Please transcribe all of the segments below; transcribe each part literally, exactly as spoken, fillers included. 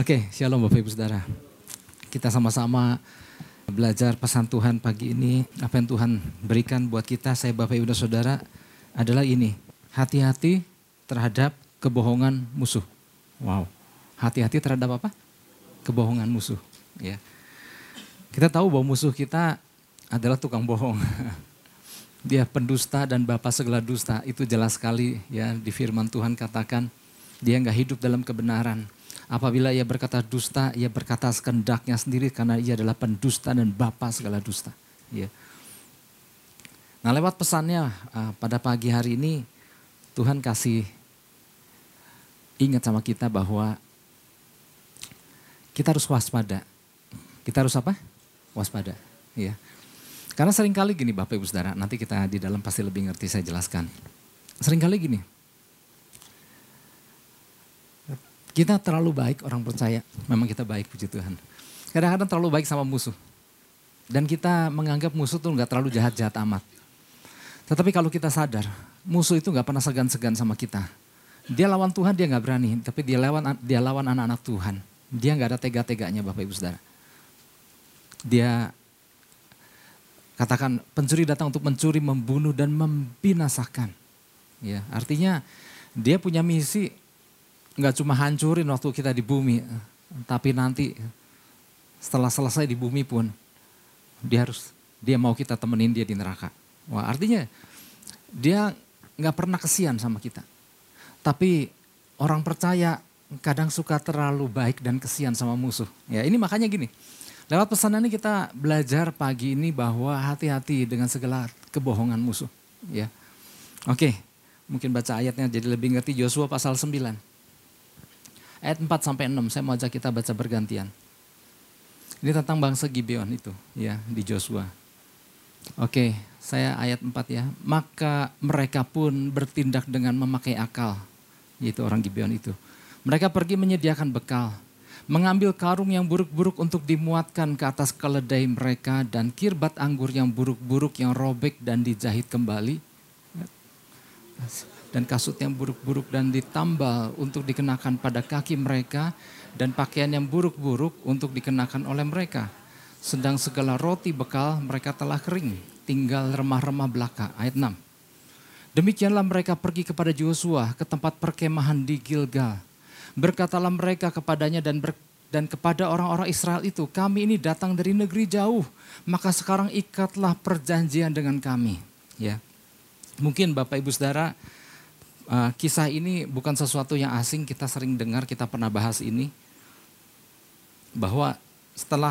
Oke, shalom Bapak Ibu Saudara. Kita sama-sama belajar pesan Tuhan pagi ini. Apa yang Tuhan berikan buat kita, saya Bapak Ibu dan Saudara adalah ini. Hati-hati terhadap kebohongan musuh. Wow, hati-hati terhadap apa? Kebohongan musuh. Ya. Kita tahu bahwa musuh kita adalah tukang bohong. Dia pendusta dan bapa segala dusta. Itu jelas sekali ya di firman Tuhan katakan. Dia nggak hidup dalam kebenaran. Apabila ia berkata dusta, ia berkata sekendaknya sendiri karena ia adalah pendusta dan bapa segala dusta. Ya. Nah lewat pesannya uh, pada pagi hari ini Tuhan kasih ingat sama kita bahwa kita harus waspada. Kita harus apa? Waspada. Ya. Karena seringkali gini Bapak Ibu Saudara, nanti kita di dalam pasti lebih ngerti saya jelaskan. Seringkali gini. Kita terlalu baik orang percaya, memang kita baik puji Tuhan. Kadang-kadang terlalu baik sama musuh. Dan kita menganggap musuh tuh gak terlalu jahat-jahat amat. Tetapi kalau kita sadar, musuh itu gak pernah segan-segan sama kita. Dia lawan Tuhan dia gak berani, tapi dia lawan dia lawan anak-anak Tuhan. Dia gak ada tega-teganya Bapak Ibu Saudara. Dia katakan pencuri datang untuk mencuri, membunuh dan membinasakan. Ya, artinya dia punya misi. Nggak cuma hancurin waktu kita di bumi, tapi nanti setelah selesai di bumi pun dia harus dia mau kita temenin dia di neraka. Wah artinya dia nggak pernah kesian sama kita. Tapi orang percaya kadang suka terlalu baik dan kesian sama musuh. Ya ini makanya gini, lewat pesan ini kita belajar pagi ini bahwa hati-hati dengan segala kebohongan musuh. Ya, oke, mungkin baca ayatnya jadi lebih ngerti. Yosua pasal sembilan. Ayat empat sampai enam, saya mau ajak kita baca bergantian. Ini tentang bangsa Gibeon itu, ya, di Joshua. Oke, saya ayat empat ya. Maka mereka pun bertindak dengan memakai akal, yaitu orang Gibeon itu. Mereka pergi menyediakan bekal, mengambil karung yang buruk-buruk untuk dimuatkan ke atas keledai mereka dan kirbat anggur yang buruk-buruk yang robek dan dijahit kembali. Dan kasut yang buruk-buruk dan ditambal untuk dikenakan pada kaki mereka dan pakaian yang buruk-buruk untuk dikenakan oleh mereka. Sedang segala roti bekal mereka telah kering, tinggal remah-remah belaka. Ayat enam. Demikianlah mereka pergi kepada Yosua ke tempat perkemahan di Gilgal. Berkatalah mereka kepadanya dan ber, dan kepada orang-orang Israel itu, kami ini datang dari negeri jauh, maka sekarang ikatlah perjanjian dengan kami. Ya, mungkin Bapak Ibu Saudara, Uh, kisah ini bukan sesuatu yang asing, kita sering dengar, kita pernah bahas ini. Bahwa setelah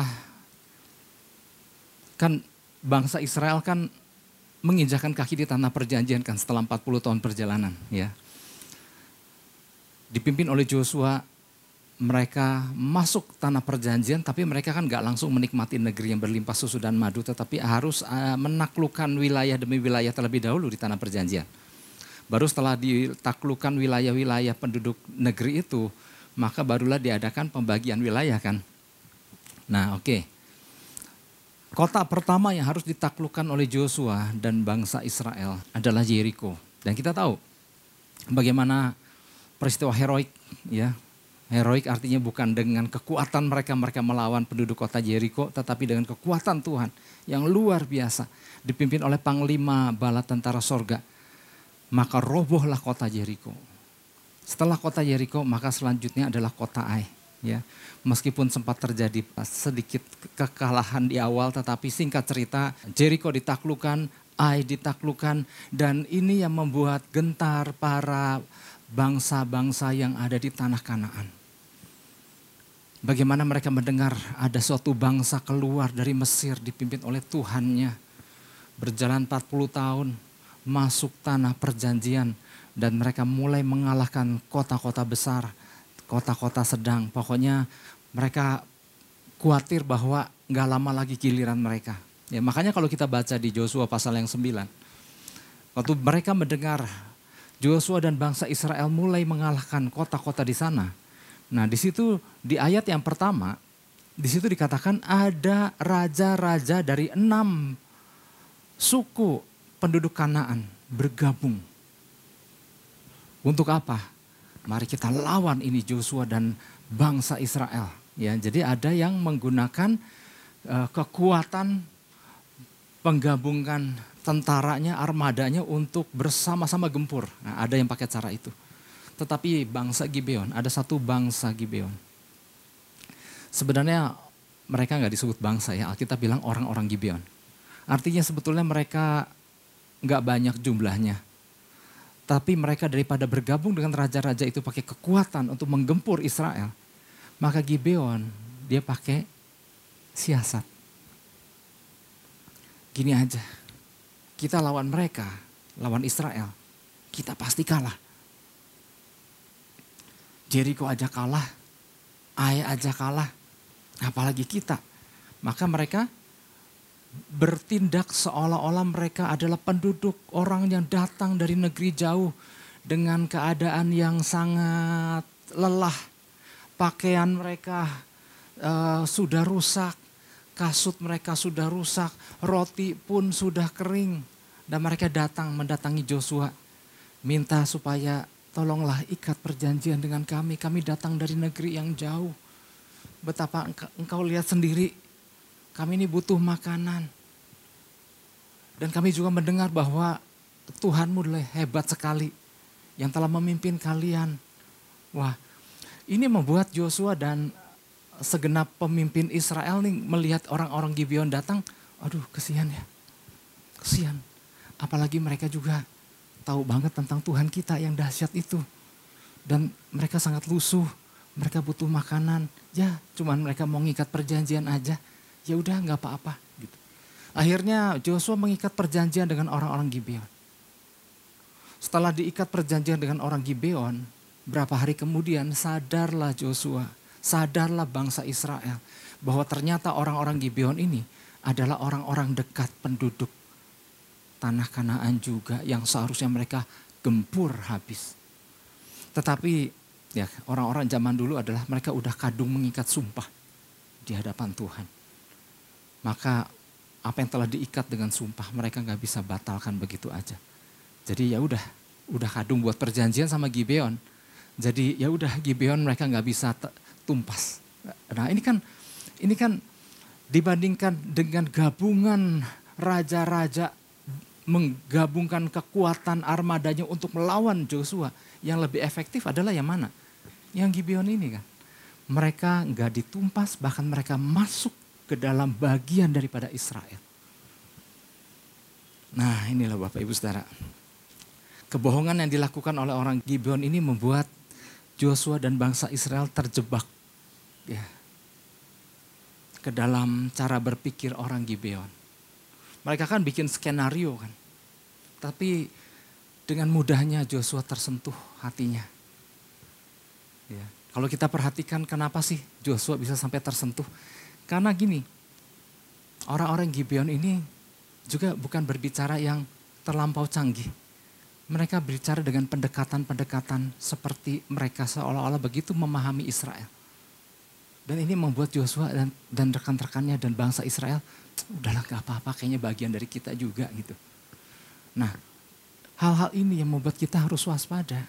kan bangsa Israel kan menginjakan kaki di tanah perjanjian kan setelah empat puluh tahun perjalanan. Ya. Dipimpin oleh Joshua, mereka masuk tanah perjanjian tapi mereka kan gak langsung menikmati negeri yang berlimpah susu dan madu. Tetapi harus uh, menaklukkan wilayah demi wilayah terlebih dahulu di tanah perjanjian. Baru setelah ditaklukkan wilayah-wilayah penduduk negeri itu, maka barulah diadakan pembagian wilayah kan. Nah oke, okay. Kota pertama yang harus ditaklukkan oleh Joshua dan bangsa Israel adalah Jericho. Dan kita tahu bagaimana peristiwa heroik, ya. Heroik artinya bukan dengan kekuatan mereka, mereka melawan penduduk kota Jericho, tetapi dengan kekuatan Tuhan yang luar biasa. Dipimpin oleh Panglima Bala Tentara Sorga. Maka robohlah kota Jericho. Setelah kota Jericho maka selanjutnya adalah kota Ai. Ya, meskipun sempat terjadi sedikit kekalahan di awal, tetapi singkat cerita Jericho ditaklukkan, Ai ditaklukkan, dan ini yang membuat gentar para bangsa-bangsa yang ada di tanah Kanaan. Bagaimana mereka mendengar ada suatu bangsa keluar dari Mesir dipimpin oleh Tuhannya. Berjalan empat puluh tahun. Masuk tanah perjanjian dan mereka mulai mengalahkan kota-kota besar, kota-kota sedang. Pokoknya mereka khawatir bahwa gak lama lagi giliran mereka. Ya, makanya kalau kita baca di Joshua pasal yang sembilan, waktu mereka mendengar Joshua dan bangsa Israel mulai mengalahkan kota-kota di sana. Nah di situ di ayat yang pertama, di situ dikatakan ada raja-raja dari enam suku penduduk Kanaan bergabung. Untuk apa? Mari kita lawan ini Joshua dan bangsa Israel. Ya, jadi ada yang menggunakan uh, kekuatan penggabungan tentaranya, armadanya untuk bersama-sama gempur. Nah, ada yang pakai cara itu. Tetapi bangsa Gibeon, ada satu bangsa Gibeon. Sebenarnya mereka nggak disebut bangsa ya, Alkitab bilang orang-orang Gibeon. Artinya sebetulnya mereka nggak banyak jumlahnya. Tapi mereka daripada bergabung dengan raja-raja itu pakai kekuatan untuk menggempur Israel. Maka Gibeon dia pakai siasat. Gini aja, kita lawan mereka, lawan Israel, kita pasti kalah. Jericho aja kalah, Ai aja kalah, apalagi kita. Maka mereka bertindak seolah-olah mereka adalah penduduk orang yang datang dari negeri jauh dengan keadaan yang sangat lelah. Pakaian mereka uh, sudah rusak, kasut mereka sudah rusak, roti pun sudah kering. Dan mereka datang mendatangi Joshua, minta supaya tolonglah ikat perjanjian dengan kami. Kami datang dari negeri yang jauh. Betapa engkau, engkau lihat sendiri, kami ini butuh makanan. Dan kami juga mendengar bahwa Tuhanmu hebat sekali yang telah memimpin kalian. Wah, ini membuat Joshua dan segenap pemimpin Israel nih melihat orang-orang Gibeon datang. Aduh, kesian ya. Kesian. Apalagi mereka juga tahu banget tentang Tuhan kita yang dahsyat itu. Dan mereka sangat lusuh. Mereka butuh makanan. Ya, cuman mereka mau ngikat perjanjian aja. Ya udah, nggak apa-apa. Gitu. Akhirnya Joshua mengikat perjanjian dengan orang-orang Gibeon. Setelah diikat perjanjian dengan orang Gibeon, berapa hari kemudian sadarlah Joshua, sadarlah bangsa Israel bahwa ternyata orang-orang Gibeon ini adalah orang-orang dekat penduduk tanah Kanaan juga yang seharusnya mereka gempur habis. Tetapi ya orang-orang zaman dulu adalah mereka udah kadung mengikat sumpah di hadapan Tuhan. Maka apa yang telah diikat dengan sumpah mereka nggak bisa batalkan begitu aja. Jadi ya udah, udah kadung buat perjanjian sama Gibeon. Jadi ya udah Gibeon mereka nggak bisa t- tumpas. Nah ini kan, ini kan dibandingkan dengan gabungan raja-raja menggabungkan kekuatan armadanya untuk melawan Joshua, yang lebih efektif adalah yang mana? Yang Gibeon ini kan. Mereka nggak ditumpas, bahkan mereka masuk ke dalam bagian daripada Israel. Nah inilah Bapak Ibu Saudara. Kebohongan yang dilakukan oleh orang Gibeon ini membuat Joshua dan bangsa Israel terjebak ya, ke dalam cara berpikir orang Gibeon. Mereka kan bikin skenario kan. Tapi dengan mudahnya Joshua tersentuh hatinya. Ya. Kalau kita perhatikan kenapa sih Joshua bisa sampai tersentuh? Karena gini, orang-orang Gibeon ini juga bukan berbicara yang terlampau canggih. Mereka berbicara dengan pendekatan-pendekatan seperti mereka seolah-olah begitu memahami Israel. Dan ini membuat Joshua dan, dan rekan-rekannya dan bangsa Israel, udahlah gak apa-apa kayaknya bagian dari kita juga gitu. Nah, hal-hal ini yang membuat kita harus waspada.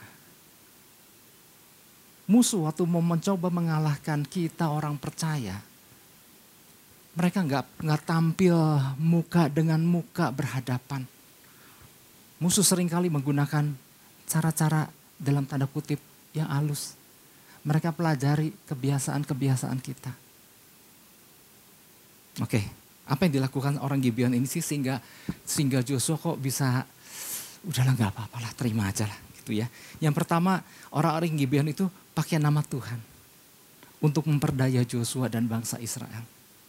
Musuh waktu mau mencoba mengalahkan kita orang percaya, mereka gak, gak tampil muka dengan muka berhadapan. Musuh seringkali menggunakan cara-cara dalam tanda kutip yang halus. Mereka pelajari kebiasaan-kebiasaan kita. Oke, apa yang dilakukan orang Gibeon ini sih sehingga sehingga Joshua kok bisa udahlah nggak apa-apa lah, terima aja lah gitu ya. Yang pertama, orang-orang Gibeon itu pakai nama Tuhan untuk memperdaya Joshua dan bangsa Israel.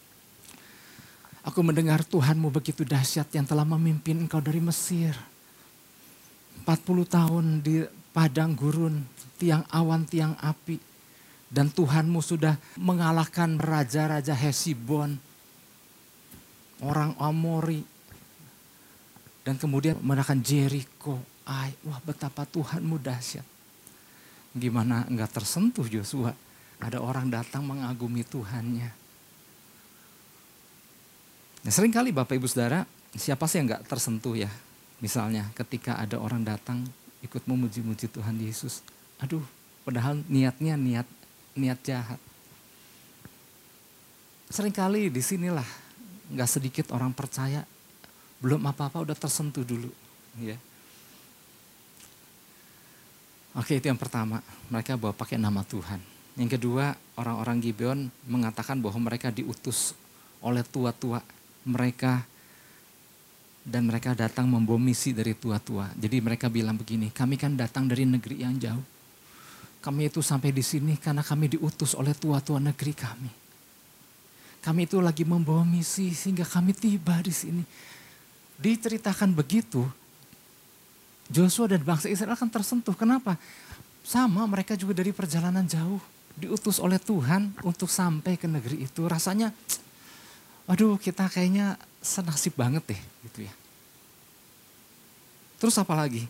Aku mendengar Tuhanmu begitu dahsyat yang telah memimpin engkau dari Mesir. empat puluh tahun di padang gurun, tiang awan, tiang api. Dan Tuhanmu sudah mengalahkan raja-raja Hesibon, orang Amori. Dan kemudian mengalahkan Jericho, Ai. Wah betapa Tuhanmu dahsyat. Gimana enggak tersentuh Joshua? Ada orang datang mengagumi Tuhannya. Nah, seringkali Bapak Ibu Saudara, siapa sih yang enggak tersentuh ya? Misalnya ketika ada orang datang ikut memuji-muji Tuhan Yesus. Aduh, padahal niatnya niat niat jahat. Seringkali di sinilah nggak sedikit orang percaya belum apa-apa udah tersentuh dulu. Ya. Oke, itu yang pertama, mereka bawa pakai nama Tuhan. Yang kedua, orang-orang Gibeon mengatakan bahwa mereka diutus oleh tua-tua mereka dan mereka datang membawa misi dari tua-tua. Jadi mereka bilang begini, kami kan datang dari negeri yang jauh. Kami itu sampai di sini karena kami diutus oleh tua-tua negeri kami. Kami itu lagi membawa misi sehingga kami tiba di sini. Diceritakan begitu, Joshua dan bangsa Israel akan tersentuh. Kenapa? Sama, mereka juga dari perjalanan jauh. Diutus oleh Tuhan untuk sampai ke negeri itu. Rasanya, aduh kita kayaknya senasib banget deh gitu ya. Terus apa lagi?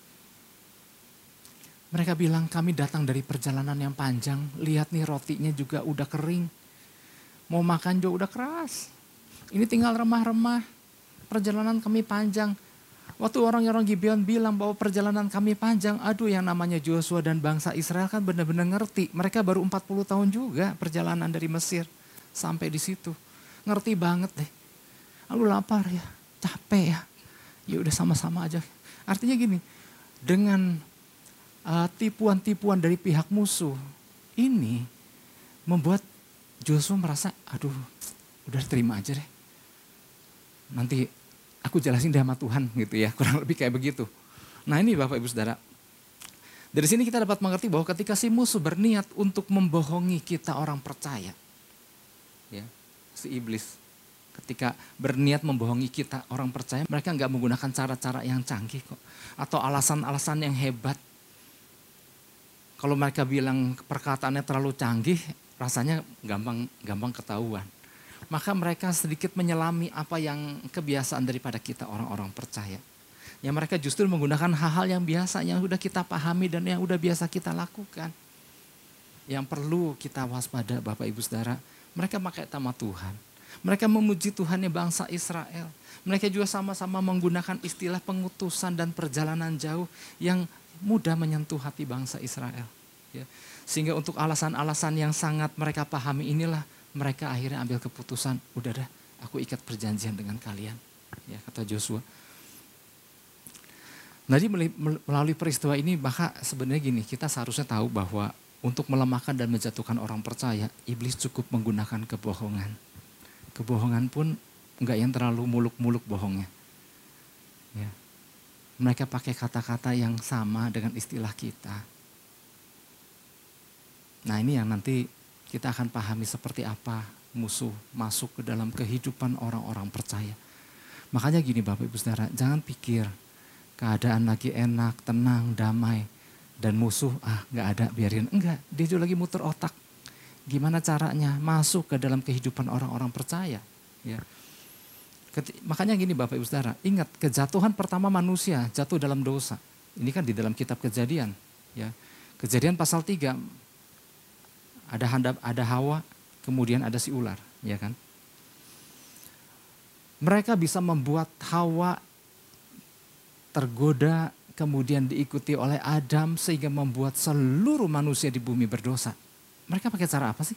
Mereka bilang kami datang dari perjalanan yang panjang. Lihat nih rotinya juga udah kering. Mau makan juga udah keras. Ini tinggal remah-remah. Perjalanan kami panjang. Waktu orang-orang Gibeon bilang bahwa perjalanan kami panjang, aduh yang namanya Joshua dan bangsa Israel kan benar-benar ngerti. Mereka baru empat puluh tahun juga perjalanan dari Mesir sampai di situ. Ngerti banget deh. Lalu lapar ya, capek ya. Ya udah sama-sama aja. Artinya gini, dengan uh, tipuan-tipuan dari pihak musuh, ini membuat Joshua merasa, aduh udah terima aja deh. Nanti aku jelasin deh sama Tuhan gitu ya, kurang lebih kayak begitu. Nah ini Bapak Ibu Saudara, dari sini kita dapat mengerti bahwa ketika si musuh berniat untuk membohongi kita orang percaya, ya si iblis ketika berniat membohongi kita orang percaya, mereka nggak menggunakan cara-cara yang canggih kok, atau alasan-alasan yang hebat. Kalau mereka bilang perkataannya terlalu canggih, rasanya gampang gampang ketahuan. Maka mereka sedikit menyelami apa yang kebiasaan daripada kita orang-orang percaya. Yang mereka justru menggunakan hal-hal yang biasa, yang sudah kita pahami dan yang sudah biasa kita lakukan. Yang perlu kita waspada Bapak Ibu Saudara, mereka pakai nama Tuhan. Mereka memuji Tuhannya bangsa Israel. Mereka juga sama-sama menggunakan istilah pengutusan dan perjalanan jauh yang mudah menyentuh hati bangsa Israel. Ya. Sehingga untuk alasan-alasan yang sangat mereka pahami inilah, mereka akhirnya ambil keputusan, udah dah aku ikat perjanjian dengan kalian. Ya, kata Joshua. Jadi melalui peristiwa ini maka sebenarnya gini, kita seharusnya tahu bahwa untuk melemahkan dan menjatuhkan orang percaya, iblis cukup menggunakan kebohongan. Kebohongan pun enggak yang terlalu muluk-muluk bohongnya. Ya. Mereka pakai kata-kata yang sama dengan istilah kita. Nah ini yang nanti kita akan pahami seperti apa musuh masuk ke dalam kehidupan orang-orang percaya. Makanya gini Bapak Ibu Saudara, jangan pikir keadaan lagi enak, tenang, damai. Dan musuh, ah gak ada, biarin. Enggak, dia juga lagi muter otak. Gimana caranya masuk ke dalam kehidupan orang-orang percaya. Ya. Makanya gini Bapak Ibu Saudara, ingat kejatuhan pertama manusia jatuh dalam dosa. Ini kan di dalam kitab Kejadian. Ya. Kejadian pasal tiga. Ada handap, ada Hawa, kemudian ada si ular, ya kan? Mereka bisa membuat Hawa tergoda, kemudian diikuti oleh Adam sehingga membuat seluruh manusia di bumi berdosa. Mereka pakai cara apa sih?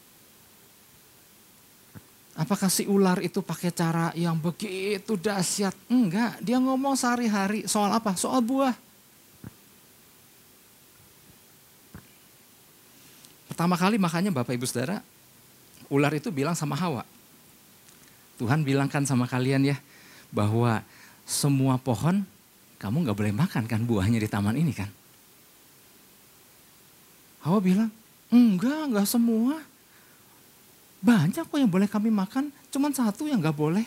Apakah si ular itu pakai cara yang begitu dahsyat? Enggak, dia ngomong sehari-hari soal apa? Soal buah. Pertama kali makanya Bapak Ibu Saudara, ular itu bilang sama Hawa. Tuhan bilangkan sama kalian ya, bahwa semua pohon kamu gak boleh makan kan buahnya di taman ini kan. Hawa bilang, enggak, enggak semua. Banyak kok yang boleh kami makan, cuman satu yang gak boleh.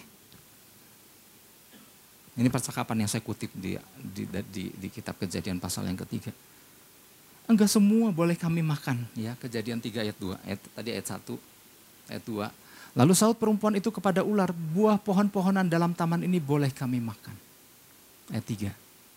Ini percakapan yang saya kutip di, di, di, di kitab Kejadian pasal yang ketiga. Enggak semua boleh kami makan. Ya, Kejadian tiga ayat dua, ayat, tadi ayat satu, ayat dua. Lalu saut perempuan itu kepada ular, buah pohon-pohonan dalam taman ini boleh kami makan. Ayat tiga.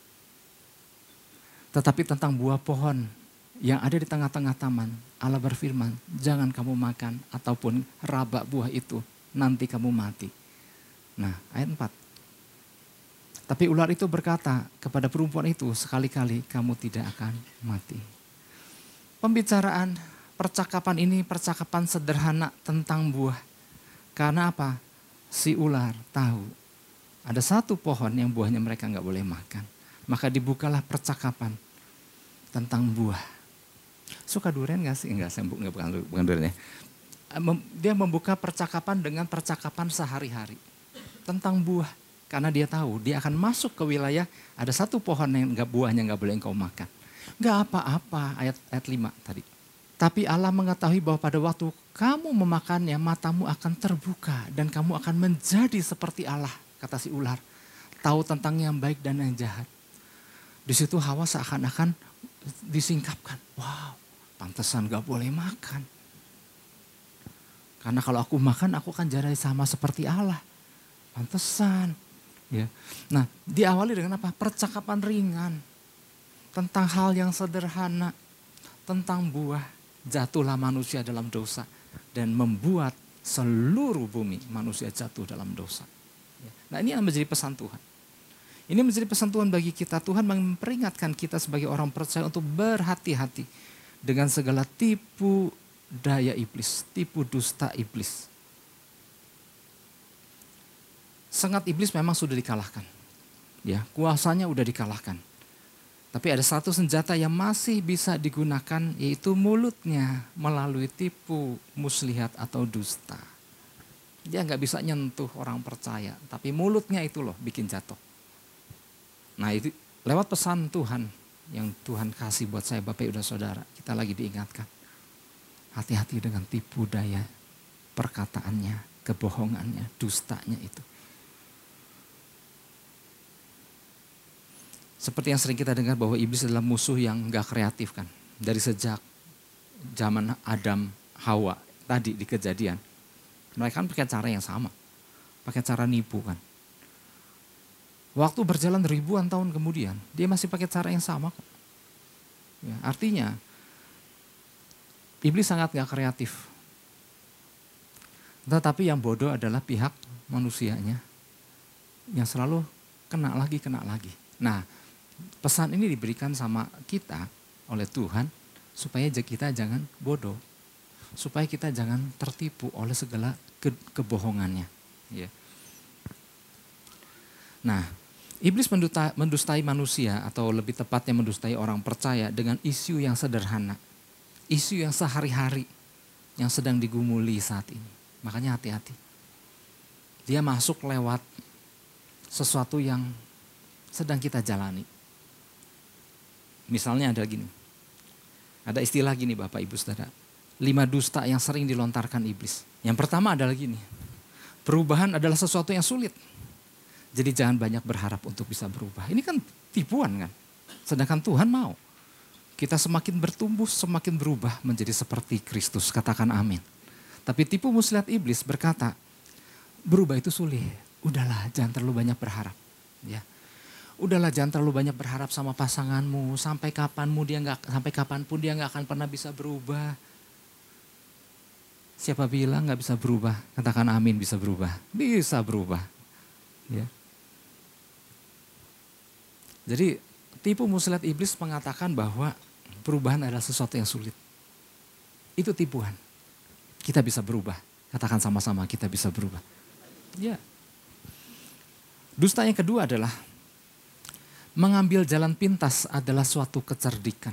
Tetapi tentang buah pohon yang ada di tengah-tengah taman, Allah berfirman, jangan kamu makan ataupun raba buah itu, nanti kamu mati. Nah, ayat empat. Tapi ular itu berkata kepada perempuan itu, sekali-kali kamu tidak akan mati. Pembicaraan percakapan ini percakapan sederhana tentang buah. Karena apa? Si ular tahu ada satu pohon yang buahnya mereka nggak boleh makan. Maka dibukalah percakapan tentang buah. Suka durian nggak sih? Enggak, saya bukan, bukan durian ya. Dia membuka percakapan dengan percakapan sehari-hari tentang buah. Karena dia tahu dia akan masuk ke wilayah ada satu pohon yang nggak buahnya nggak boleh engkau makan. Nggak apa-apa, ayat ayat lima tadi. Tapi Allah mengetahui bahwa pada waktu kamu memakannya matamu akan terbuka dan kamu akan menjadi seperti Allah, kata si ular. Tahu tentang yang baik dan yang jahat. Di situ Hawa seakan-akan disingkapkan. Wow, pantesan gak boleh makan. Karena kalau aku makan aku akan jadi sama seperti Allah. Pantesan. Ya. Nah, diawali dengan apa? Percakapan ringan. Tentang hal yang sederhana. Tentang buah. Jatuhlah manusia dalam dosa. Dan membuat seluruh bumi manusia jatuh dalam dosa. Nah, ini yang menjadi pesan Tuhan. Ini menjadi pesan Tuhan bagi kita. Tuhan memperingatkan kita sebagai orang percaya untuk berhati-hati dengan segala tipu daya iblis, tipu dusta iblis. Sengat iblis memang sudah dikalahkan. Ya, kuasanya sudah dikalahkan. Tapi ada satu senjata yang masih bisa digunakan, yaitu mulutnya melalui tipu muslihat atau dusta. Dia nggak bisa nyentuh orang percaya, tapi mulutnya itu loh bikin jatuh. Nah, itu lewat pesan Tuhan yang Tuhan kasih buat saya, Bapak Ibu dan Saudara, kita lagi diingatkan. Hati-hati dengan tipu daya perkataannya, kebohongannya, dustanya itu. Seperti yang sering kita dengar bahwa iblis adalah musuh yang gak kreatif kan. Dari sejak zaman Adam, Hawa tadi di Kejadian. Mereka kan pakai cara yang sama. Pakai cara nipu kan. Waktu berjalan ribuan tahun kemudian, dia masih pakai cara yang sama kok. Ya, artinya, iblis sangat gak kreatif. Tetapi yang bodoh adalah pihak manusianya. Yang selalu kena lagi, kena lagi. Nah, pesan ini diberikan sama kita oleh Tuhan, supaya kita jangan bodoh. Supaya kita jangan tertipu oleh segala ke kebohongannya. Ya. Nah, iblis mendustai manusia atau lebih tepatnya mendustai orang percaya dengan isu yang sederhana. Isu yang sehari-hari yang sedang digumuli saat ini. Makanya hati-hati. Dia masuk lewat sesuatu yang sedang kita jalani. Misalnya ada gini. Ada istilah gini Bapak Ibu Saudara. Lima dusta yang sering dilontarkan iblis. Yang pertama adalah gini. Perubahan adalah sesuatu yang sulit. Jadi jangan banyak berharap untuk bisa berubah. Ini kan tipuan kan. Sedangkan Tuhan mau. Kita semakin bertumbuh, semakin berubah menjadi seperti Kristus. Katakan amin. Tapi tipu muslihat iblis berkata, berubah itu sulit. Udahlah, jangan terlalu banyak berharap. Ya. Udahlah, jangan terlalu banyak berharap sama pasanganmu. Sampai kapanmu dia nggak, sampai kapanpun dia nggak akan pernah bisa berubah. Siapa bilang nggak bisa berubah? Katakan amin, bisa berubah. Bisa berubah. Ya. Jadi tipu muslihat iblis mengatakan bahwa perubahan adalah sesuatu yang sulit. Itu tipuan. Kita bisa berubah. Katakan sama-sama, kita bisa berubah. Ya. Dusta yang kedua adalah mengambil jalan pintas adalah suatu kecerdikan.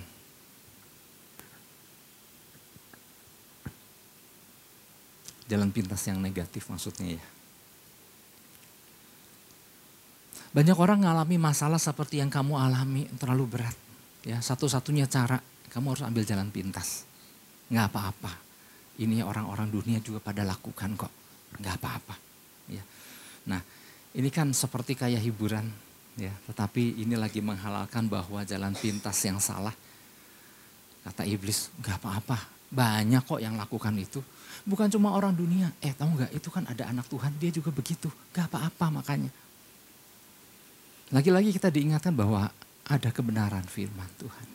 Jalan pintas yang negatif maksudnya ya. Banyak orang mengalami masalah seperti yang kamu alami terlalu berat. Ya, satu-satunya cara kamu harus ambil jalan pintas. Nggak apa-apa. Ini orang-orang dunia juga pada lakukan kok. Nggak apa-apa. Ya. Nah, ini kan seperti kayak hiburan. Ya, tetapi ini lagi menghalalkan bahwa jalan pintas yang salah. Kata iblis, nggak apa-apa. Banyak kok yang lakukan itu. Bukan cuma orang dunia. Eh, tahu nggak? Itu kan ada anak Tuhan. Dia juga begitu. Nggak apa-apa makanya. Lagi-lagi kita diingatkan bahwa ada kebenaran firman Tuhan.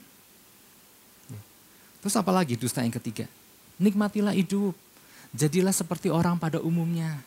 Terus apa lagi dusta yang ketiga? Nikmatilah hidup. Jadilah seperti orang pada umumnya.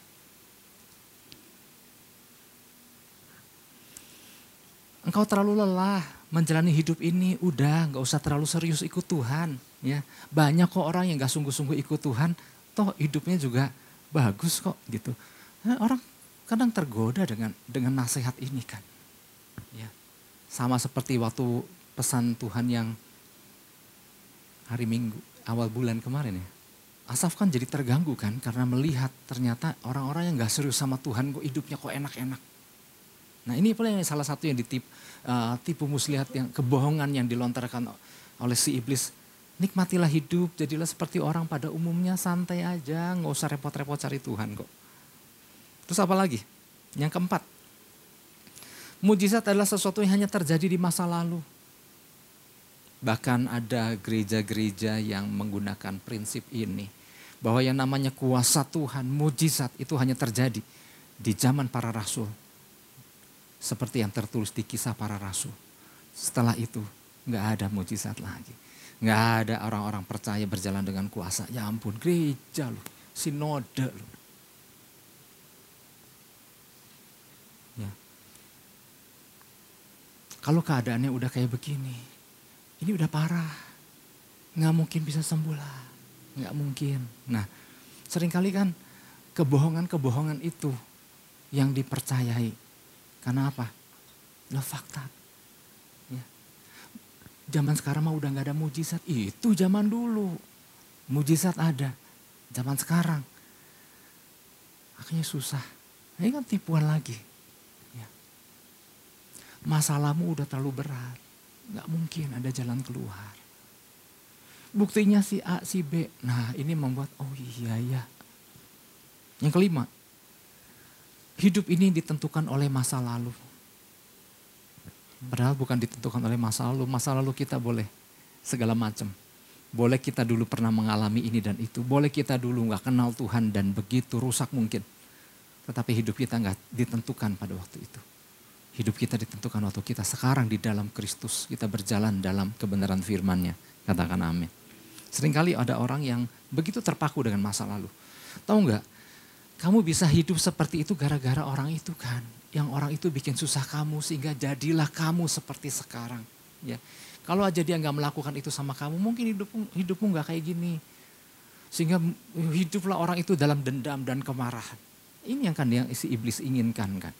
Engkau terlalu lelah menjalani hidup ini udah nggak usah terlalu serius ikut Tuhan. Ya, banyak kok orang yang nggak sungguh-sungguh ikut Tuhan, toh hidupnya juga bagus kok gitu. Nah, orang kadang tergoda dengan dengan nasihat ini kan. Ya, sama seperti waktu pesan Tuhan yang hari Minggu awal bulan kemarin ya. Asaf kan jadi terganggu kan karena melihat ternyata orang-orang yang gak serius sama Tuhan kok hidupnya kok enak-enak. Nah ini pula yang salah satu yang ditip, uh, tipu muslihat, yang kebohongan yang dilontarkan oleh si iblis. Nikmatilah hidup, jadilah seperti orang pada umumnya, santai aja, gak usah repot-repot cari Tuhan kok. Terus apa lagi? Yang keempat, mujizat adalah sesuatu yang hanya terjadi di masa lalu. Bahkan ada gereja-gereja yang menggunakan prinsip ini. Bahwa yang namanya kuasa Tuhan, mujizat itu hanya terjadi di zaman para rasul. Seperti yang tertulis di Kisah Para Rasul. Setelah itu gak ada mujizat lagi. Gak ada orang-orang percaya berjalan dengan kuasa. Ya ampun, gereja loh, sinode loh. Ya. Kalau keadaannya udah kayak begini, ini udah parah, nggak mungkin bisa sembuh lah, nggak mungkin. Nah, seringkali kan kebohongan-kebohongan itu yang dipercayai. Karena apa? Nah, fakta. Ya. Zaman sekarang mah udah nggak ada mujizat. Itu zaman dulu, mujizat ada. Zaman sekarang, akhirnya susah. Ini kan tipuan lagi. Ya. Masalahmu udah terlalu berat. Gak mungkin ada jalan keluar. Buktinya si A, si B. Nah ini membuat, oh iya ya. Yang kelima, hidup ini ditentukan oleh masa lalu. Padahal bukan ditentukan oleh masa lalu. Masa lalu kita boleh segala macam. Boleh kita dulu pernah mengalami ini dan itu. Boleh kita dulu gak kenal Tuhan dan begitu rusak mungkin. Tetapi hidup kita gak ditentukan pada waktu itu. Hidup kita ditentukan waktu kita sekarang di dalam Kristus. Kita berjalan dalam kebenaran firman-Nya. Katakan amin. Seringkali ada orang yang begitu terpaku dengan masa lalu. Tahu nggak? Kamu bisa hidup seperti itu gara-gara orang itu kan. Yang orang itu bikin susah kamu sehingga jadilah kamu seperti sekarang. Ya, kalau aja dia nggak melakukan itu sama kamu, mungkin hidupmu hidupmu nggak kayak gini. Sehingga hiduplah orang itu dalam dendam dan kemarahan. Ini yang kan yang si iblis inginkan kan.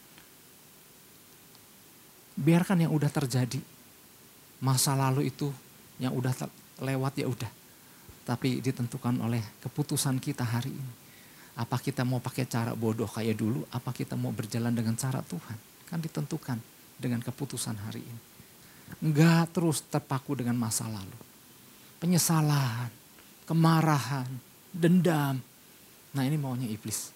Biarkan yang udah terjadi, masa lalu itu yang udah lewat ya udah. Tapi ditentukan oleh keputusan kita hari ini. Apa kita mau pakai cara bodoh kayak dulu, apa kita mau berjalan dengan cara Tuhan. Kan ditentukan dengan keputusan hari ini. Enggak terus terpaku dengan masa lalu. Penyesalan, kemarahan, dendam. Nah ini maunya iblis.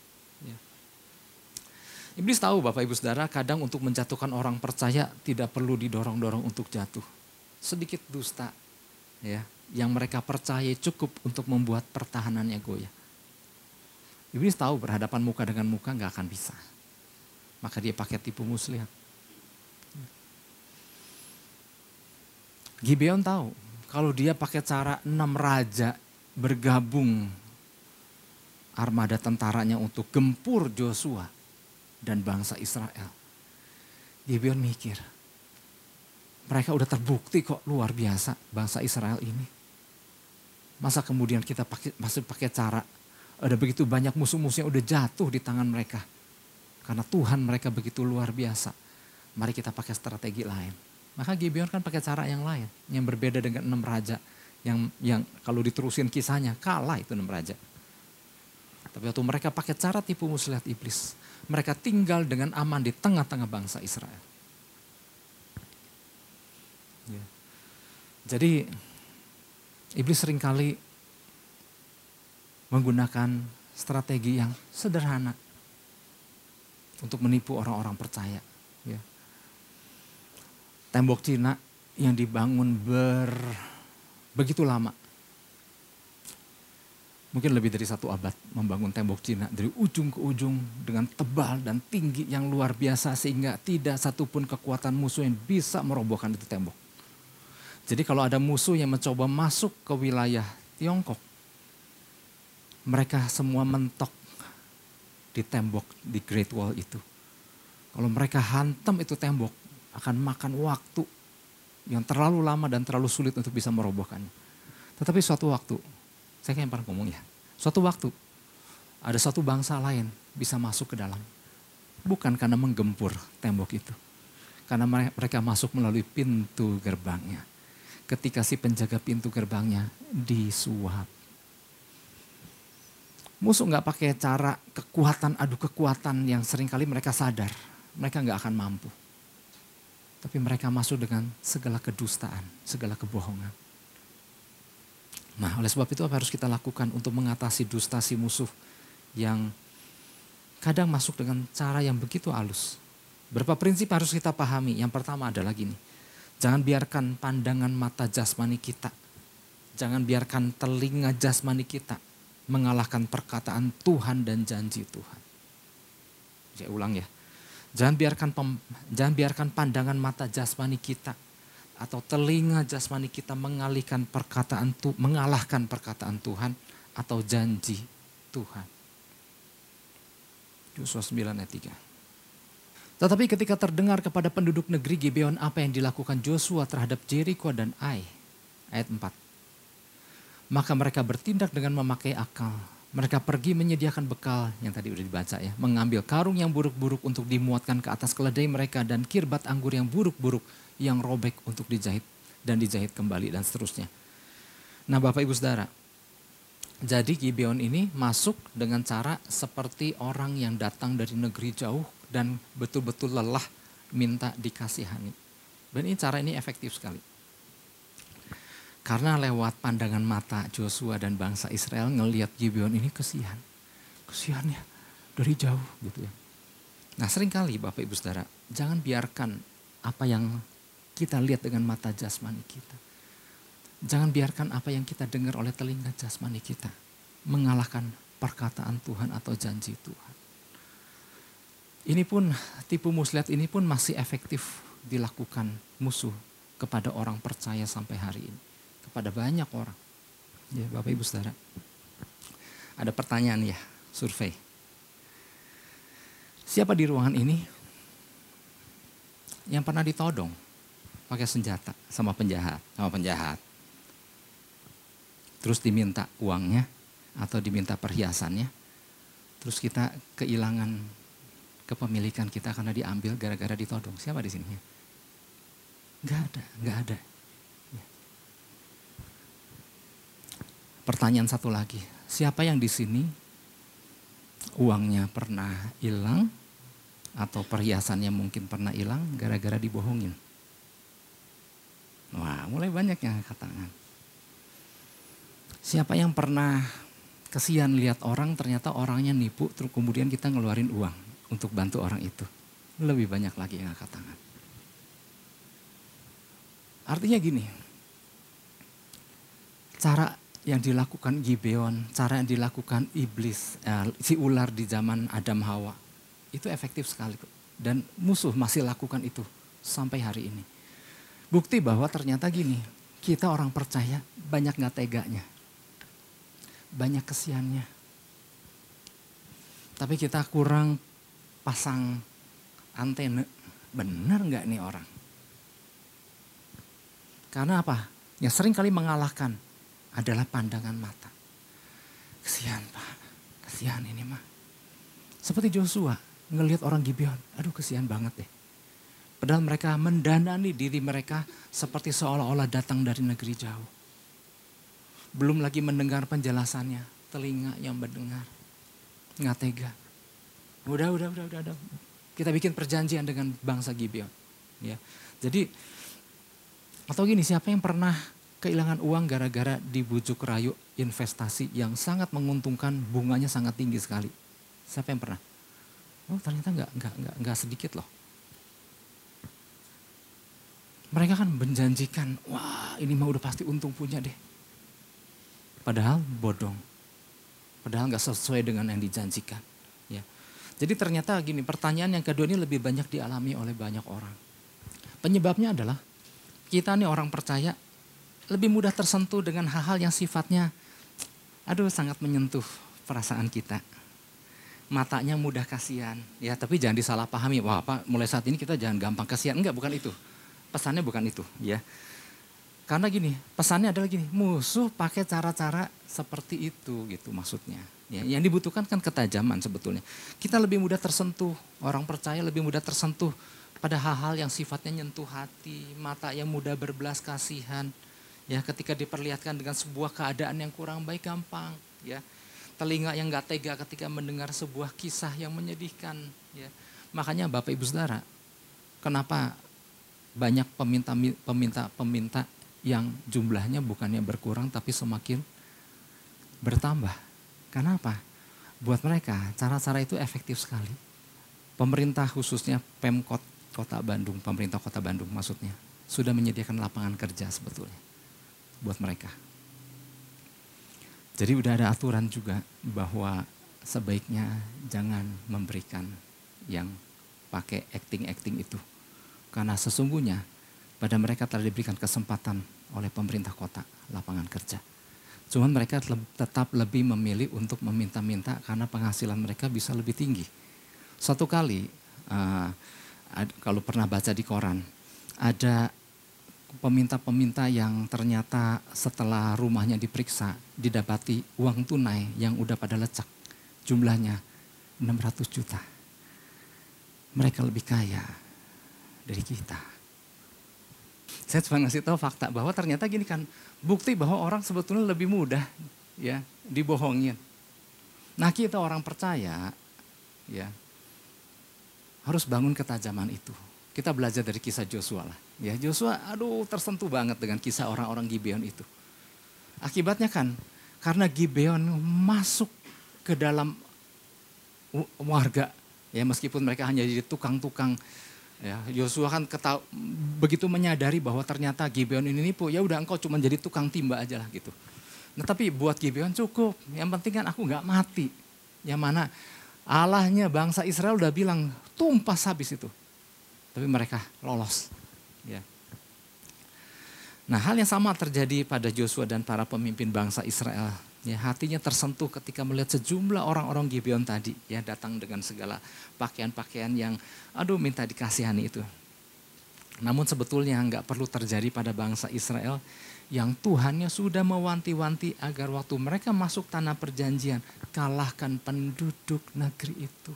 Iblis tahu Bapak Ibu Saudara, kadang untuk menjatuhkan orang percaya tidak perlu didorong-dorong untuk jatuh. Sedikit dusta ya, yang mereka percaya cukup untuk membuat pertahanannya goyah. Iblis tahu berhadapan muka dengan muka gak akan bisa. Maka dia pakai tipu muslihat. Gibeon tahu kalau dia pakai cara enam raja bergabung armada tentaranya untuk gempur Joshua dan bangsa Israel. Gibeon mikir, mereka udah terbukti kok luar biasa bangsa Israel ini. Masa kemudian kita pakai, masih pakai cara, ada begitu banyak musuh-musuh yang udah jatuh di tangan mereka. Karena Tuhan mereka begitu luar biasa. Mari kita pakai strategi lain. Maka Gibeon kan pakai cara yang lain, yang berbeda dengan enam raja. Yang yang kalau diterusin kisahnya, kalah itu enam raja. Tapi waktu mereka pakai cara tipu muslihat iblis, mereka tinggal dengan aman di tengah-tengah bangsa Israel. Ya. Jadi iblis seringkali menggunakan strategi yang sederhana untuk menipu orang-orang percaya. Ya. Tembok Cina yang dibangun ber begitu lama. Mungkin lebih dari satu abad membangun tembok Cina dari ujung ke ujung dengan tebal dan tinggi yang luar biasa sehingga tidak satupun kekuatan musuh yang bisa merobohkan itu tembok. Jadi kalau ada musuh yang mencoba masuk ke wilayah Tiongkok, mereka semua mentok di tembok di Great Wall itu. Kalau mereka hantam itu tembok akan makan waktu yang terlalu lama dan terlalu sulit untuk bisa merobohkannya. Tetapi suatu waktu, saya kayak pernah ngomong ya, suatu waktu ada satu bangsa lain bisa masuk ke dalam. Bukan karena menggempur tembok itu. Karena mereka masuk melalui pintu gerbangnya. Ketika si penjaga pintu gerbangnya disuap. Musuh nggak pakai cara kekuatan, adu kekuatan yang seringkali mereka sadar. Mereka nggak akan mampu. Tapi mereka masuk dengan segala kedustaan, segala kebohongan. Nah, oleh sebab itu apa harus kita lakukan untuk mengatasi dusta si musuh yang kadang masuk dengan cara yang begitu halus. Berapa prinsip harus kita pahami. Yang pertama adalah gini, jangan biarkan pandangan mata jasmani kita, jangan biarkan telinga jasmani kita mengalahkan perkataan Tuhan dan janji Tuhan. Saya ulang ya, jangan biarkan pem, jangan biarkan pandangan mata jasmani kita atau telinga jasmani kita mengalihkan perkataan tu, mengalahkan perkataan Tuhan atau janji Tuhan. Yosua sembilan ayat tiga. Tetapi ketika terdengar kepada penduduk negeri Gibeon apa yang dilakukan Joshua terhadap Jericho dan Ai, ayat empat. Maka mereka bertindak dengan memakai akal. Mereka pergi menyediakan bekal yang tadi udah dibaca ya. Mengambil karung yang buruk-buruk untuk dimuatkan ke atas keledai mereka dan kirbat anggur yang buruk-buruk yang robek untuk dijahit dan dijahit kembali dan seterusnya. Nah Bapak Ibu Saudara, jadi Gibeon ini masuk dengan cara seperti orang yang datang dari negeri jauh dan betul-betul lelah minta dikasihani. Dan ini cara ini efektif sekali. Karena lewat pandangan mata Joshua dan bangsa Israel ngelihat Gibeon ini kesian. Kesian ya dari jauh gitu ya. Nah seringkali Bapak Ibu Saudara, jangan biarkan apa yang kita lihat dengan mata jasmani kita. Jangan biarkan apa yang kita dengar oleh telinga jasmani kita mengalahkan perkataan Tuhan atau janji Tuhan. Ini pun, tipu muslihat ini pun masih efektif dilakukan musuh kepada orang percaya sampai hari ini. Kepada banyak orang. Ya Bapak Ibu Saudara. Ada pertanyaan ya, survei. Siapa di ruangan ini yang pernah ditodong pakai senjata sama penjahat, sama penjahat? Terus diminta uangnya atau diminta perhiasannya. Terus kita kehilangan kepemilikan kita karena diambil gara-gara ditodong. Siapa di sini? Gak ada, gak ada. Ya. Pertanyaan satu lagi, siapa yang di sini uangnya pernah hilang atau perhiasannya mungkin pernah hilang gara-gara dibohongin? Wah, mulai banyak yang angkat tangan. Siapa yang pernah kesian lihat orang ternyata orangnya nipu terus kemudian kita ngeluarin uang untuk bantu orang itu? Lebih banyak lagi yang angkat tangan. Artinya gini, cara yang dilakukan Gibeon, cara yang dilakukan iblis, eh, si ular di zaman Adam Hawa, itu efektif sekali. Dan musuh masih lakukan itu sampai hari ini. Bukti bahwa ternyata gini, kita orang percaya banyak gak teganya. Banyak kesiannya. Tapi kita kurang pasang antena. Benar gak nih orang? Karena apa? Yang sering kali mengalahkan adalah pandangan mata. Kesian Pak, kesian ini mah. Seperti Joshua ngelihat orang Gibeon, aduh kesian banget deh. Padahal mereka mendanani diri mereka seperti seolah-olah datang dari negeri jauh. Belum lagi mendengar penjelasannya, telinga yang mendengar. Nggak tega. Udah, udah, udah, udah, udah. Kita bikin perjanjian dengan bangsa Gibeon. Ya. Jadi, atau gini, siapa yang pernah kehilangan uang gara-gara dibujuk rayu investasi yang sangat menguntungkan, bunganya sangat tinggi sekali? Siapa yang pernah? Oh ternyata nggak, nggak, nggak, nggak sedikit loh. Mereka kan menjanjikan, wah ini mah udah pasti untung punya deh. Padahal bodong. Padahal nggak sesuai dengan yang dijanjikan. Ya. Jadi ternyata gini, pertanyaan yang kedua ini lebih banyak dialami oleh banyak orang. Penyebabnya adalah kita nih orang percaya lebih mudah tersentuh dengan hal-hal yang sifatnya, aduh sangat menyentuh perasaan kita. Matanya mudah kasihan, ya tapi jangan disalahpahami. Wah Pak, mulai saat ini kita jangan gampang kasihan. Enggak, bukan itu. pesannya bukan itu ya. Karena gini, pesannya adalah gini, musuh pakai cara-cara seperti itu gitu maksudnya. Ya, yang dibutuhkan kan ketajaman sebetulnya. Kita lebih mudah tersentuh, orang percaya lebih mudah tersentuh pada hal-hal yang sifatnya nyentuh hati, mata yang mudah berbelas kasihan. Ya, ketika diperlihatkan dengan sebuah keadaan yang kurang baik gampang, ya. Telinga yang gak tega ketika mendengar sebuah kisah yang menyedihkan, ya. Makanya Bapak Ibu Saudara, kenapa banyak peminta-peminta yang jumlahnya bukannya berkurang tapi semakin bertambah. Kenapa? Buat mereka cara-cara itu efektif sekali. Pemerintah khususnya Pemkot Kota Bandung, pemerintah Kota Bandung maksudnya, sudah menyediakan lapangan kerja sebetulnya buat mereka. Jadi udah ada aturan juga bahwa sebaiknya jangan memberikan yang pakai acting-acting itu. Karena sesungguhnya pada mereka telah diberikan kesempatan oleh pemerintah kota lapangan kerja. Cuman mereka tetap lebih memilih untuk meminta-minta karena penghasilan mereka bisa lebih tinggi. Suatu kali, uh, kalau pernah baca di koran, ada peminta-peminta yang ternyata setelah rumahnya diperiksa, didapati uang tunai yang udah pada lecek. Jumlahnya enam ratus juta. Mereka lebih kaya dari kita. Saya cuma ngasih tahu fakta bahwa ternyata gini kan, bukti bahwa orang sebetulnya lebih mudah ya dibohongin. Nah kita orang percaya ya harus bangun ketajaman itu. Kita belajar dari kisah Joshua lah. Ya Joshua aduh tersentuh banget dengan kisah orang-orang Gibeon itu. Akibatnya kan karena Gibeon masuk ke dalam warga ya meskipun mereka hanya jadi tukang-tukang. Ya, Yosua kan ketahu, begitu menyadari bahwa ternyata Gibeon ini nipu, ya udah engkau cuma jadi tukang timba aja lah gitu. Nah tapi buat Gibeon cukup, yang penting kan aku nggak mati. Yang mana Allahnya bangsa Israel udah bilang tumpas habis itu. Tapi mereka lolos. Ya. Nah hal yang sama terjadi pada Joshua dan para pemimpin bangsa Israel. Ya, hatinya tersentuh ketika melihat sejumlah orang-orang Gibeon tadi ya datang dengan segala pakaian-pakaian yang aduh minta dikasihani itu. Namun sebetulnya nggak perlu terjadi pada bangsa Israel yang Tuhannya sudah mewanti-wanti agar waktu mereka masuk tanah perjanjian kalahkan penduduk negeri itu.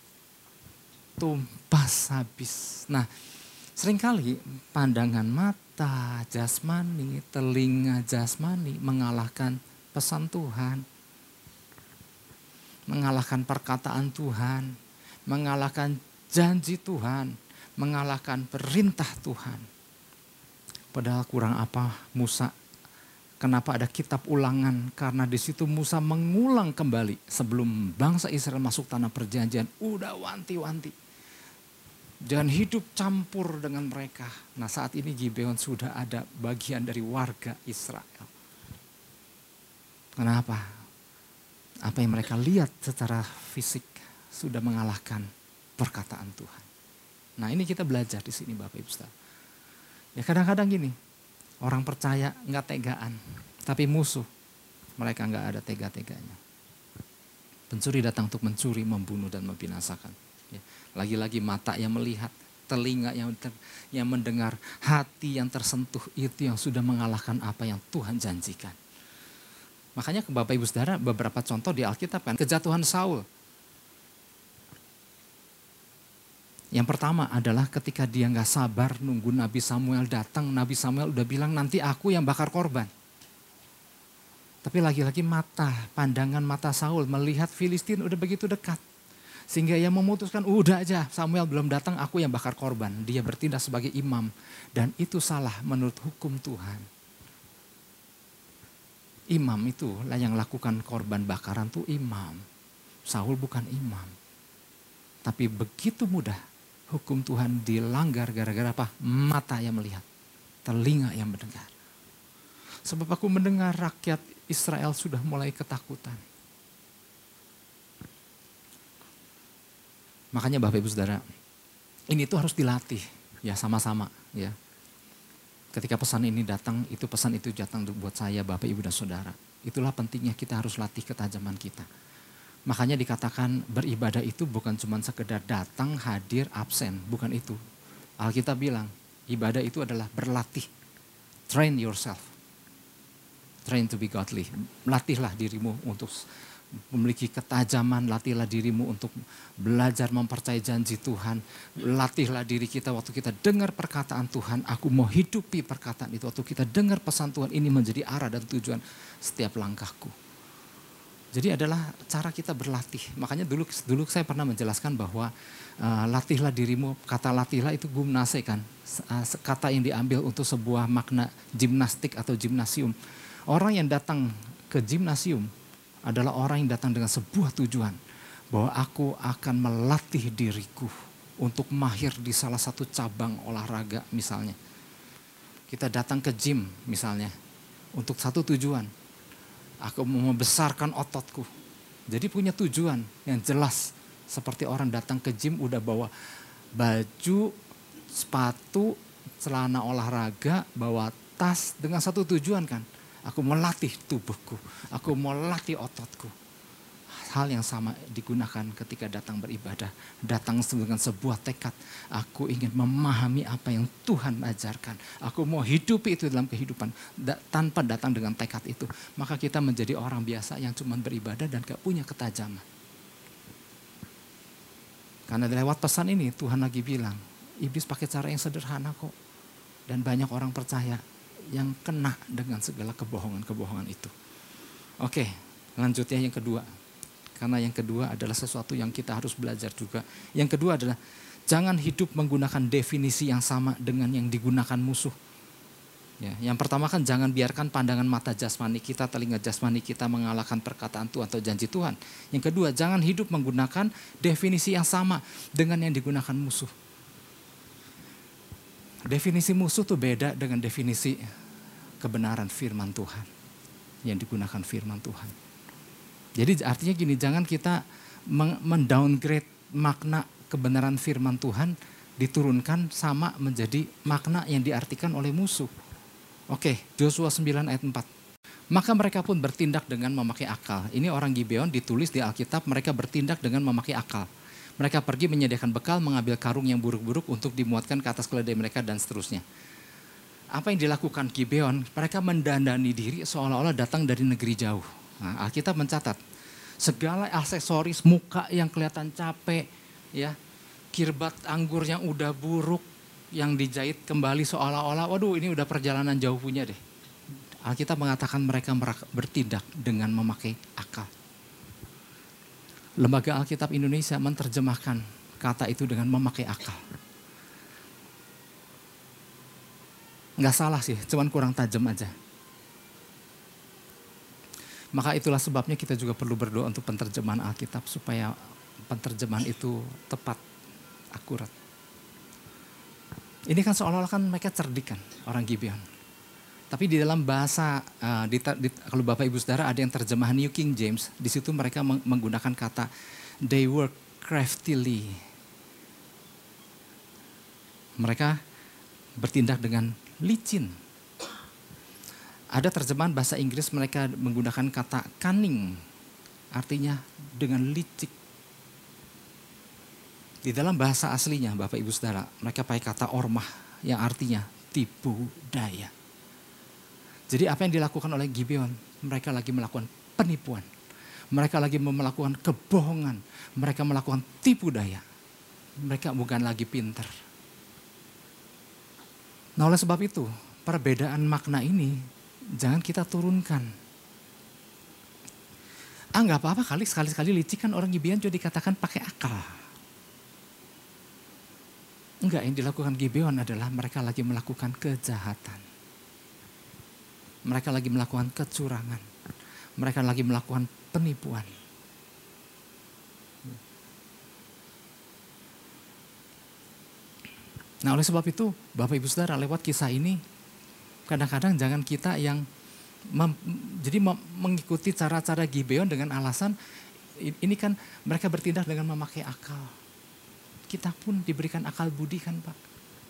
Tumpas habis. Nah seringkali pandangan mata jasmani, telinga jasmani mengalahkan pesan Tuhan, mengalahkan perkataan Tuhan, mengalahkan janji Tuhan, mengalahkan perintah Tuhan. Padahal kurang apa Musa, kenapa ada kitab ulangan? Karena di situ Musa mengulang kembali sebelum bangsa Israel masuk tanah perjanjian, udah wanti-wanti. Jangan hidup campur dengan mereka. Nah saat ini Gibeon sudah ada bagian dari warga Israel. Kenapa? Apa yang mereka lihat secara fisik sudah mengalahkan perkataan Tuhan. Nah ini kita belajar di sini Bapak Ibu Saudara. Ya kadang-kadang gini, orang percaya nggak tegaan, tapi musuh mereka nggak ada tega-teganya. Pencuri datang untuk mencuri, membunuh dan membinasakan. Ya, lagi-lagi mata yang melihat, telinga yang ter, yang mendengar, hati yang tersentuh itu yang sudah mengalahkan apa yang Tuhan janjikan. Makanya ke Bapak Ibu Saudara beberapa contoh di Alkitab kan kejatuhan Saul. Yang pertama adalah ketika dia nggak sabar nunggu Nabi Samuel datang, Nabi Samuel udah bilang nanti aku yang bakar korban. Tapi lagi-lagi mata, pandangan mata Saul melihat Filistin udah begitu dekat. Sehingga ia memutuskan udah aja Samuel belum datang aku yang bakar korban. Dia bertindak sebagai imam dan itu salah menurut hukum Tuhan. Imam itu lah yang lakukan korban bakaran tuh imam. Saul bukan imam. Tapi begitu mudah hukum Tuhan dilanggar gara-gara apa? Mata yang melihat, telinga yang mendengar. Sebab aku mendengar rakyat Israel sudah mulai ketakutan. Makanya Bapak Ibu Saudara, ini tuh harus dilatih ya sama-sama ya. Ketika pesan ini datang, itu pesan itu datang buat saya, Bapak, Ibu, dan Saudara. Itulah pentingnya kita harus latih ketajaman kita. Makanya dikatakan beribadah itu bukan cuma sekedar datang, hadir, absen. Bukan itu. Alkitab bilang, Ibadah itu adalah berlatih. Train yourself. Train to be godly. Latihlah dirimu untuk memiliki ketajaman, latihlah dirimu untuk belajar mempercayai janji Tuhan. Latihlah diri kita waktu kita dengar perkataan Tuhan, aku mau hidupi perkataan itu. Waktu kita dengar pesan Tuhan, ini menjadi arah dan tujuan setiap langkahku. Jadi adalah cara kita berlatih. Makanya dulu dulu saya pernah menjelaskan bahwa uh, latihlah dirimu, kata latihlah itu gymnase kan. Uh, kata yang diambil untuk sebuah makna gimnastik atau gimnasium. Orang yang datang ke gimnasium adalah orang yang datang dengan sebuah tujuan. Bahwa aku akan melatih diriku untuk mahir di salah satu cabang olahraga misalnya. Kita datang ke gym misalnya untuk satu tujuan. Aku mau membesarkan ototku. Jadi punya tujuan yang jelas. Seperti orang datang ke gym udah bawa baju, sepatu, celana olahraga, bawa tas dengan satu tujuan kan. Aku melatih tubuhku, aku melatih ototku. Hal yang sama digunakan ketika datang beribadah. Datang dengan sebuah tekad. Aku ingin memahami apa yang Tuhan ajarkan. Aku mau hidupi itu dalam kehidupan. Da, tanpa datang dengan tekad itu. Maka kita menjadi orang biasa yang cuma beribadah dan gak punya ketajaman. Karena lewat pesan ini Tuhan lagi bilang. Iblis pakai cara yang sederhana kok. Dan banyak orang percaya yang kena dengan segala kebohongan-kebohongan itu. Oke, lanjutnya yang kedua. Karena yang kedua adalah sesuatu yang kita harus belajar juga. Yang kedua adalah jangan hidup menggunakan definisi yang sama dengan yang digunakan musuh. Ya, yang pertama kan jangan biarkan pandangan mata jasmani kita, telinga jasmani kita mengalahkan perkataan Tuhan atau janji Tuhan. Yang kedua, jangan hidup menggunakan definisi yang sama dengan yang digunakan musuh. Definisi musuh tuh beda dengan definisi kebenaran firman Tuhan. Yang digunakan firman Tuhan. Jadi artinya gini, jangan kita mendowngrade makna kebenaran firman Tuhan diturunkan sama menjadi makna yang diartikan oleh musuh. Oke, Yosua sembilan ayat empat. Maka mereka pun bertindak dengan memakai akal. Ini orang Gibeon ditulis di Alkitab, mereka bertindak dengan memakai akal. Mereka pergi menyediakan bekal, mengambil karung yang buruk-buruk untuk dimuatkan ke atas keledai mereka dan seterusnya. Apa yang dilakukan Gibeon? Mereka mendandani diri seolah-olah datang dari negeri jauh. Nah, Alkitab mencatat segala aksesoris muka yang kelihatan capek, ya, kirbat anggur yang udah buruk, yang dijahit kembali seolah-olah, waduh ini udah perjalanan jauh punya deh. Alkitab mengatakan mereka bertindak dengan memakai akal. Lembaga Alkitab Indonesia menerjemahkan kata itu dengan memakai akal. Nggak salah sih, cuman kurang tajam aja. Maka itulah sebabnya kita juga perlu berdoa untuk penerjemahan Alkitab supaya penerjemahan itu tepat, akurat. Ini kan seolah-olah kan mereka cerdik kan, orang Gibeon. Tapi di dalam bahasa, uh, di, di, kalau Bapak Ibu Saudara ada yang terjemahan New King James, di situ mereka meng, menggunakan kata they work craftily. Mereka bertindak dengan licin. Ada terjemahan bahasa Inggris mereka menggunakan kata cunning, artinya dengan licik. Di dalam bahasa aslinya Bapak Ibu Saudara, mereka pakai kata ormah yang artinya tipu daya. Jadi apa yang dilakukan oleh Gibeon? Mereka lagi melakukan penipuan. Mereka lagi melakukan kebohongan. Mereka melakukan tipu daya. Mereka bukan lagi pintar. Nah oleh sebab itu, perbedaan makna ini jangan kita turunkan. Ah nggak apa-apa kali sekali-sekali licik kan orang Gibeon juga dikatakan pakai akal. Enggak, yang dilakukan Gibeon adalah mereka lagi melakukan kejahatan. Mereka lagi melakukan kecurangan. Mereka lagi melakukan penipuan. Nah oleh sebab itu Bapak Ibu Saudara lewat kisah ini kadang-kadang jangan kita yang mem, jadi mem, mengikuti cara-cara Gibeon dengan alasan ini kan mereka bertindak dengan memakai akal. Kita pun diberikan akal budi kan Pak.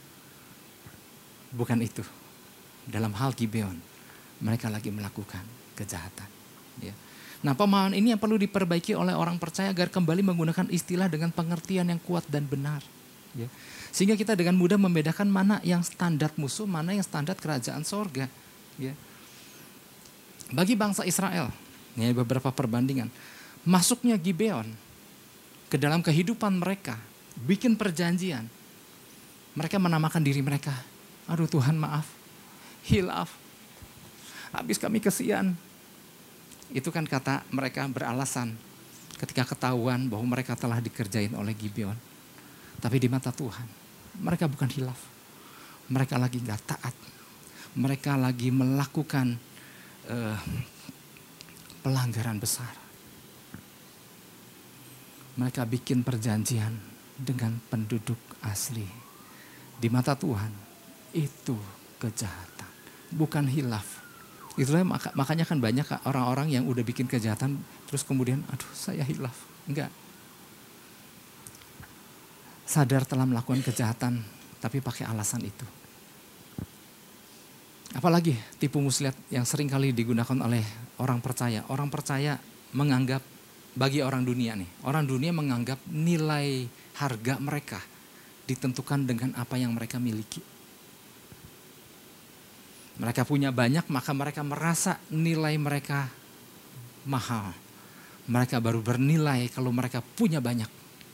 Bukan itu. Dalam hal Gibeon mereka lagi melakukan kejahatan. Ya. Nah pemahaman ini yang perlu diperbaiki oleh orang percaya agar kembali menggunakan istilah dengan pengertian yang kuat dan benar. Ya. Sehingga kita dengan mudah membedakan mana yang standar musuh, mana yang standar kerajaan sorga. Ya. Bagi bangsa Israel, ini beberapa perbandingan. Masuknya Gibeon ke dalam kehidupan mereka, bikin perjanjian. Mereka menamakan diri mereka, aduh Tuhan maaf, hilaf, habis kami kesian. Itu kan kata mereka beralasan ketika ketahuan bahwa mereka telah dikerjain oleh Gibeon. Tapi di mata Tuhan, mereka bukan hilaf. Mereka lagi gak taat. Mereka lagi melakukan uh, pelanggaran besar. Mereka bikin perjanjian dengan penduduk asli. Di mata Tuhan, itu kejahatan. Bukan hilaf. Itulah maka, makanya kan banyak orang-orang yang udah bikin kejahatan, terus kemudian, aduh saya hilaf. Enggak. Sadar telah melakukan kejahatan, tapi pakai alasan itu. Apalagi tipu muslihat yang sering kali digunakan oleh orang percaya. Orang percaya menganggap, bagi orang dunia nih, orang dunia menganggap nilai harga mereka ditentukan dengan apa yang mereka miliki. Mereka punya banyak, maka mereka merasa nilai mereka mahal. Mereka baru bernilai kalau mereka punya banyak.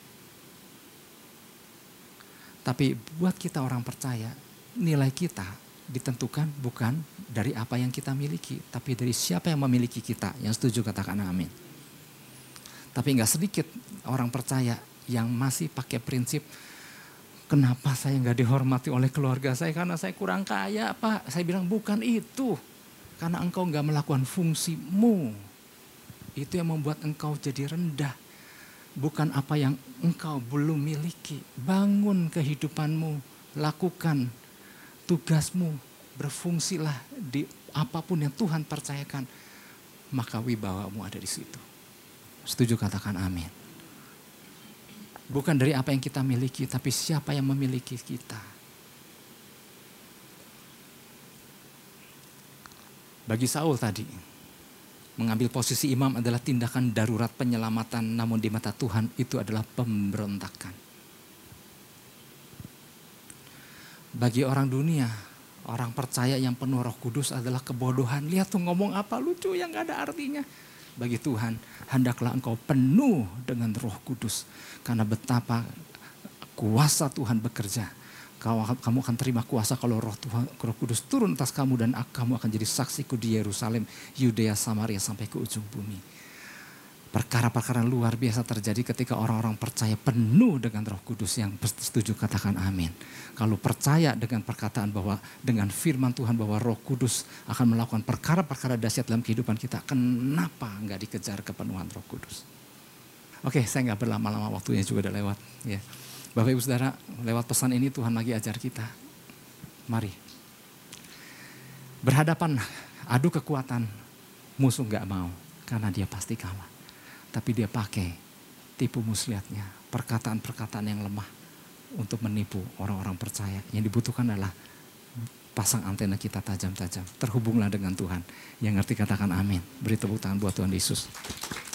Tapi buat kita orang percaya, nilai kita ditentukan bukan dari apa yang kita miliki, tapi dari siapa yang memiliki kita. Yang setuju katakan amin. Tapi gak sedikit orang percaya yang masih pakai prinsip, kenapa saya gak dihormati oleh keluarga saya karena saya kurang kaya Pak. Saya bilang bukan itu, karena engkau gak melakukan fungsimu. Itu yang membuat engkau jadi rendah. Bukan apa yang engkau belum miliki. Bangun kehidupanmu, lakukan tugasmu, berfungsilah di apapun yang Tuhan percayakan. Maka wibawamu ada di situ. Setuju katakan amin. Bukan dari apa yang kita miliki, tapi siapa yang memiliki kita. Bagi Saul tadi, mengambil posisi imam adalah tindakan darurat penyelamatan, namun di mata Tuhan itu adalah pemberontakan. Bagi orang dunia, orang percaya yang penuh Roh Kudus adalah kebodohan. Lihat tuh ngomong apa lucu yang gak ada artinya. Bagi Tuhan, hendaklah engkau penuh dengan Roh Kudus. Karena betapa kuasa Tuhan bekerja. Kamu akan terima kuasa kalau Roh Tuhan, Roh Kudus turun atas kamu dan kamu akan jadi saksiku di Yerusalem, Yudea, Samaria sampai ke ujung bumi. Perkara-perkara luar biasa terjadi ketika orang-orang percaya penuh dengan Roh Kudus. Yang setuju katakan amin. Kalau percaya dengan perkataan bahwa dengan firman Tuhan bahwa Roh Kudus akan melakukan perkara-perkara dahsyat dalam kehidupan kita, kenapa enggak dikejar kepenuhan Roh Kudus? Oke, saya enggak berlama-lama, waktunya juga udah lewat. Ya, Bapak Ibu Saudara, lewat pesan ini Tuhan lagi ajar kita. Mari berhadapan, adu kekuatan, musuh enggak mau karena dia pasti kalah. Tapi dia pakai tipu muslihatnya, perkataan-perkataan yang lemah untuk menipu orang-orang percaya. Yang dibutuhkan adalah pasang antena kita tajam-tajam. Terhubunglah dengan Tuhan. Yang ngerti katakan amin. Beri tepuk tangan buat Tuhan Yesus.